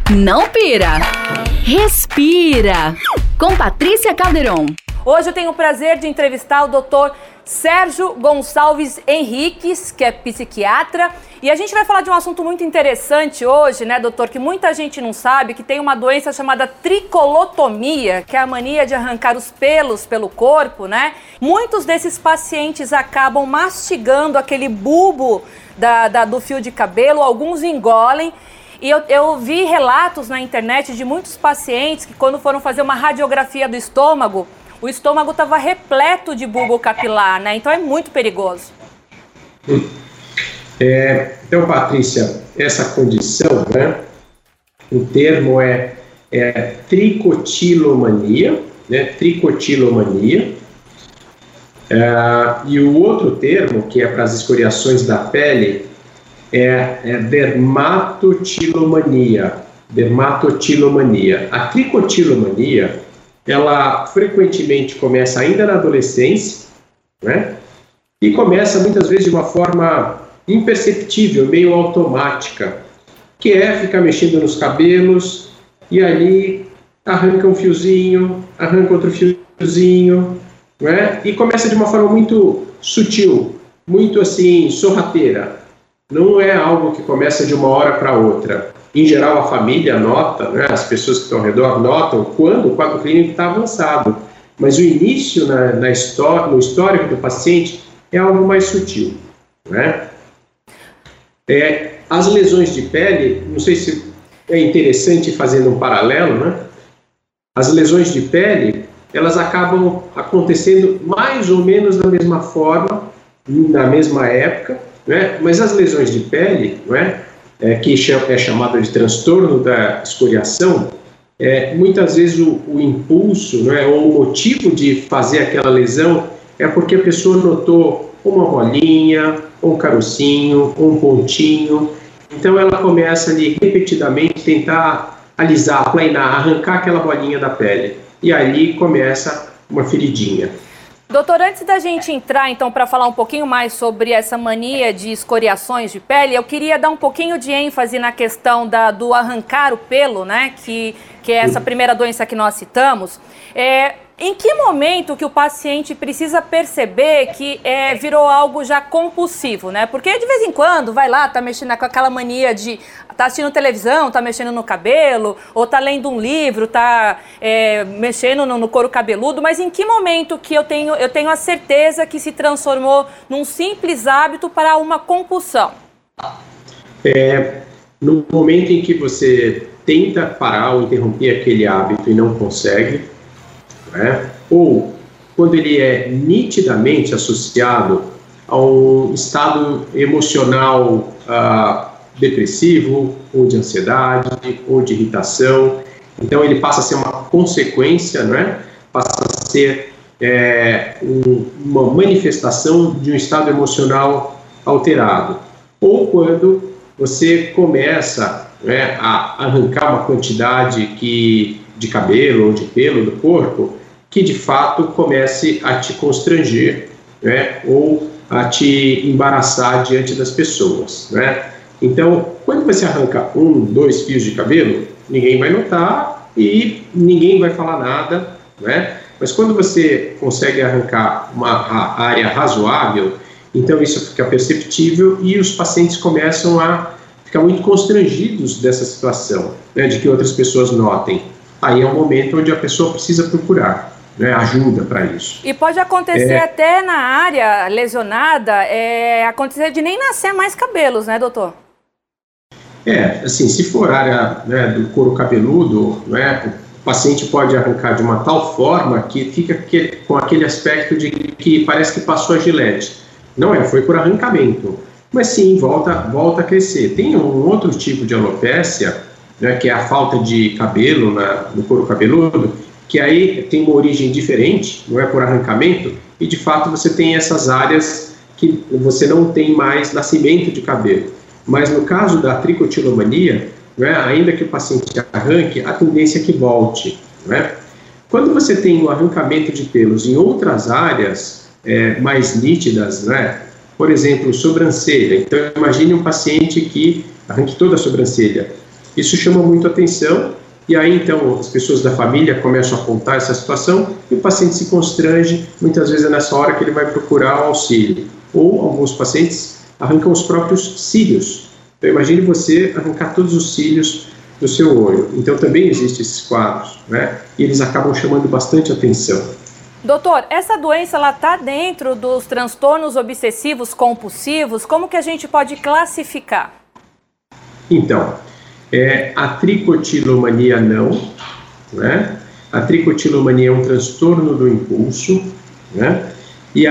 Não pira, respira. Com Patrícia Calderon. Hoje eu tenho o prazer de entrevistar o Dr. Sérgio Gonçalves Henriques, que é psiquiatra, e a gente vai falar de um assunto muito interessante hoje, né, doutor, que muita gente não sabe, que tem uma doença chamada tricolotomia, que é a mania de arrancar os pelos pelo corpo, né? Muitos desses pacientes acabam mastigando aquele bulbo do fio de cabelo, alguns engolem. E eu vi relatos na internet de muitos pacientes que, quando foram fazer uma radiografia do estômago, o estômago estava repleto de bulbo capilar, né? Então é muito perigoso. Então, Patrícia, essa condição, né? O termo é tricotilomania, né? Tricotilomania. E o outro termo, que é para as escoriações da pele, é dermatotilomania. Dermatotilomania. A tricotilomania, ela frequentemente começa ainda na adolescência, né? E começa muitas vezes de uma forma imperceptível, meio automática, que é ficar mexendo nos cabelos e ali arranca um fiozinho, arranca outro fiozinho, né? E começa de uma forma muito sutil, muito assim, sorrateira. Não é algo que começa de uma hora para outra. Em geral, a família nota, né, as pessoas que estão ao redor notam quando o quadro clínico está avançado. Mas o início no histórico do paciente é algo mais sutil, né? As lesões de pele, não sei se é interessante fazendo um paralelo, né? As lesões de pele, elas acabam acontecendo mais ou menos da mesma forma, na mesma época, né? Mas as lesões de pele, não é? Que é chamada de transtorno da escoriação, muitas vezes o impulso, não é? Ou o motivo de fazer aquela lesão é porque a pessoa notou uma bolinha, um carocinho, um pontinho. Então ela começa ali repetidamente tentar alisar, aplanar, arrancar aquela bolinha da pele. E ali começa uma feridinha. Doutor, antes da gente entrar, então, para falar um pouquinho mais sobre essa mania de escoriações de pele, eu queria dar um pouquinho de ênfase na questão do arrancar o pelo, né, que é essa primeira doença que nós citamos. Em que momento que o paciente precisa perceber que virou algo já compulsivo, né? Porque de vez em quando vai lá, tá mexendo com aquela mania de tá assistindo televisão, tá mexendo no cabelo, ou tá lendo um livro, tá mexendo no couro cabeludo, mas em que momento que eu tenho a certeza que se transformou num simples hábito para uma compulsão? No momento em que você tenta parar ou interromper aquele hábito e não consegue, né? Ou quando ele é nitidamente associado a um estado emocional depressivo, ou de ansiedade, ou de irritação. Então ele passa a ser uma consequência, né? Passa a ser uma manifestação de um estado emocional alterado. Ou quando você começa, né, a arrancar uma quantidade de cabelo ou de pelo do corpo que de fato comece a te constranger, né, ou a te embaraçar diante das pessoas, né? Então, quando você arranca 1, 2 fios de cabelo, ninguém vai notar e ninguém vai falar nada, né? Mas quando você consegue arrancar uma área razoável, então isso fica perceptível e os pacientes começam a ficar muito constrangidos dessa situação, né, de que outras pessoas notem. Aí é um momento onde a pessoa precisa procurar, né, ajuda para isso. E pode acontecer até na área lesionada, acontecer de nem nascer mais cabelos, né, doutor? Assim, se for área, né, do couro cabeludo, né, o paciente pode arrancar de uma tal forma que fica com aquele aspecto de que parece que passou a gilete. Não foi por arrancamento, mas sim, volta a crescer. Tem um outro tipo de alopécia, né, que é a falta de cabelo no couro cabeludo, que aí tem uma origem diferente, não é por arrancamento, e de fato você tem essas áreas que você não tem mais nascimento de cabelo. Mas no caso da tricotilomania, né, ainda que o paciente arranque, a tendência é que volte, né? Quando você tem um arrancamento de pelos em outras áreas mais nítidas, né, por exemplo, sobrancelha. Então imagine um paciente que arranque toda a sobrancelha. Isso chama muito atenção, e aí então as pessoas da família começam a apontar essa situação e o paciente se constrange, muitas vezes é nessa hora que ele vai procurar o auxílio. Ou alguns pacientes arrancam os próprios cílios. Então imagine você arrancar todos os cílios do seu olho. Então também existem esses quadros, né? E eles acabam chamando bastante atenção. Doutor, essa doença ela está dentro dos transtornos obsessivos compulsivos? Como que a gente pode classificar? Então, a tricotilomania não, né? A tricotilomania é um transtorno do impulso, né? E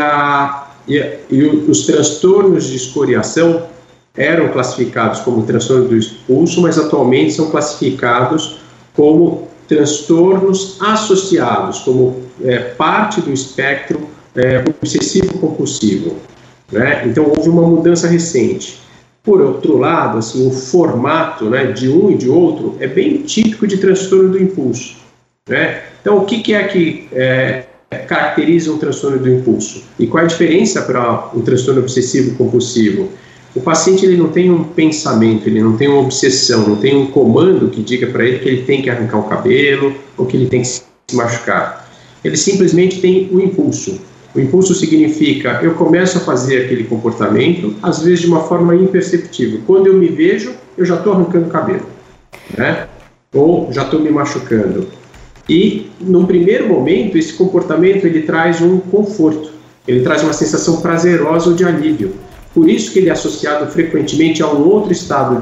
os transtornos de escoriação eram classificados como transtorno do impulso, mas atualmente são classificados como transtornos associados, como parte do espectro obsessivo-compulsivo, né? Então, houve uma mudança recente. Por outro lado, assim, o formato, né, de um e de outro é bem típico de transtorno do impulso, né? Então, o que é que caracteriza um transtorno do impulso? E qual é a diferença para um transtorno obsessivo-compulsivo? O paciente ele não tem um pensamento, ele não tem uma obsessão, não tem um comando que diga para ele que ele tem que arrancar o cabelo ou que ele tem que se machucar. Ele simplesmente tem um impulso. O impulso significa, eu começo a fazer aquele comportamento, às vezes de uma forma imperceptível. Quando eu me vejo, eu já estou arrancando o cabelo, né? Ou já estou me machucando. E, num primeiro momento, esse comportamento ele traz um conforto, ele traz uma sensação prazerosa ou de alívio. Por isso que ele é associado frequentemente a um outro estado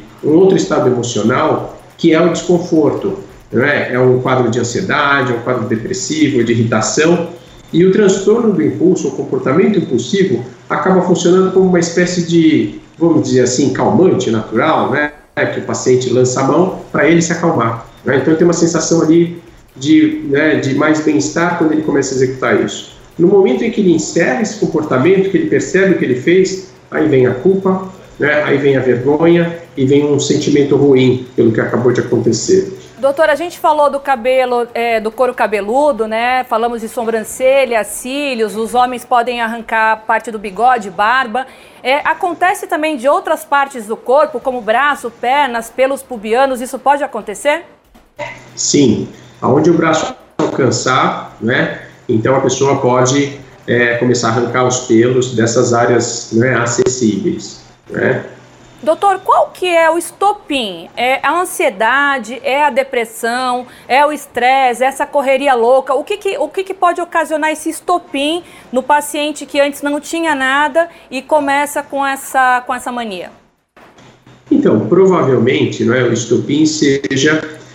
emocional, que é o desconforto, né? É um quadro de ansiedade, é um quadro depressivo, de irritação. E o transtorno do impulso, o comportamento impulsivo, acaba funcionando como uma espécie de, vamos dizer assim, calmante natural, né? Que o paciente lança a mão para ele se acalmar, né? Então, tem uma sensação ali de mais bem-estar quando ele começa a executar isso. No momento em que ele encerra esse comportamento, que ele percebe o que ele fez, aí vem a culpa, né? Aí vem a vergonha e vem um sentimento ruim pelo que acabou de acontecer. Doutor, a gente falou do cabelo, do couro cabeludo, né? Falamos de sobrancelha, cílios, os homens podem arrancar parte do bigode, barba. Acontece também de outras partes do corpo, como braço, pernas, pelos pubianos, isso pode acontecer? Sim, aonde o braço alcançar, né? Então a pessoa pode começar a arrancar os pelos dessas áreas, né, acessíveis, né? Doutor, qual que é o estopim? É a ansiedade, é a depressão, é o estresse, essa correria louca? O que pode ocasionar esse estopim no paciente que antes não tinha nada e começa com essa mania? Então, provavelmente, não é, o estopim seja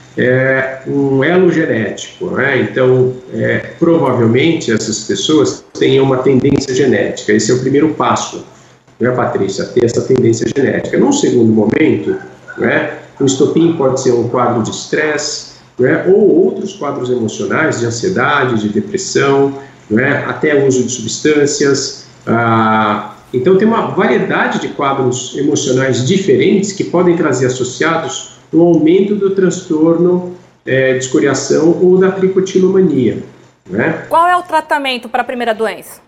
um elo genético, né? Então, provavelmente essas pessoas têm uma tendência genética. Esse é o primeiro passo, né, Patrícia, ter essa tendência genética. Num segundo momento, né, o estopim pode ser um quadro de estresse, né, ou outros quadros emocionais, de ansiedade, de depressão, né, até uso de substâncias. Então, tem uma variedade de quadros emocionais diferentes que podem trazer associados um aumento do transtorno de escoriação ou da tricotilomania, né? Qual é o tratamento para a primeira doença?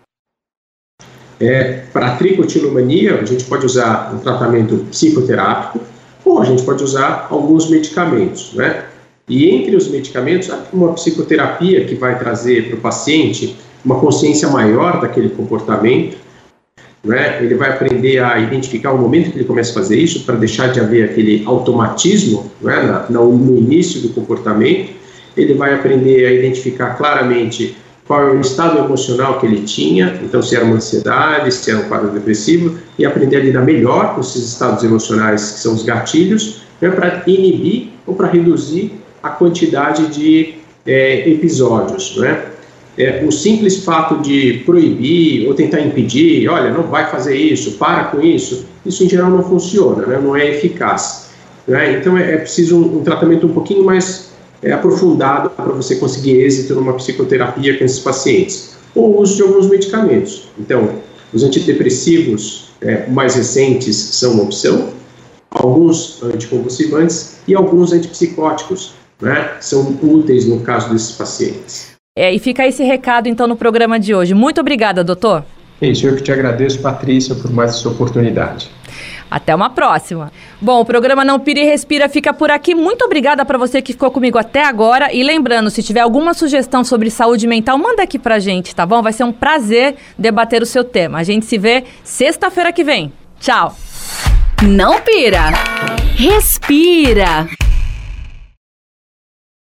Para a tricotilomania, a gente pode usar um tratamento psicoterápico ou a gente pode usar alguns medicamentos, né? E entre os medicamentos, há uma psicoterapia que vai trazer para o paciente uma consciência maior daquele comportamento, né? Ele vai aprender a identificar o momento que ele começa a fazer isso para deixar de haver aquele automatismo, né, no início do comportamento. Ele vai aprender a identificar claramente qual é o estado emocional que ele tinha, então se era uma ansiedade, se era um quadro depressivo, e aprender a lidar melhor com esses estados emocionais que são os gatilhos, né, para inibir ou para reduzir a quantidade de episódios, né? O simples fato de proibir ou tentar impedir, olha, não vai fazer isso, para com isso em geral não funciona, né? Não é eficaz, né? Então é preciso um tratamento um pouquinho mais aprofundado para você conseguir êxito numa psicoterapia com esses pacientes, ou o uso de alguns medicamentos. Então, os antidepressivos mais recentes são uma opção, alguns anticonvulsivantes e alguns antipsicóticos, né? São úteis no caso desses pacientes. E fica esse recado, então, no programa de hoje. Muito obrigada, doutor. É isso, eu que te agradeço, Patrícia, por mais essa oportunidade. Até uma próxima. Bom, o programa Não Pira e Respira fica por aqui. Muito obrigada para você que ficou comigo até agora. E lembrando, se tiver alguma sugestão sobre saúde mental, manda aqui pra gente, tá bom? Vai ser um prazer debater o seu tema. A gente se vê sexta-feira que vem. Tchau. Não pira. Respira.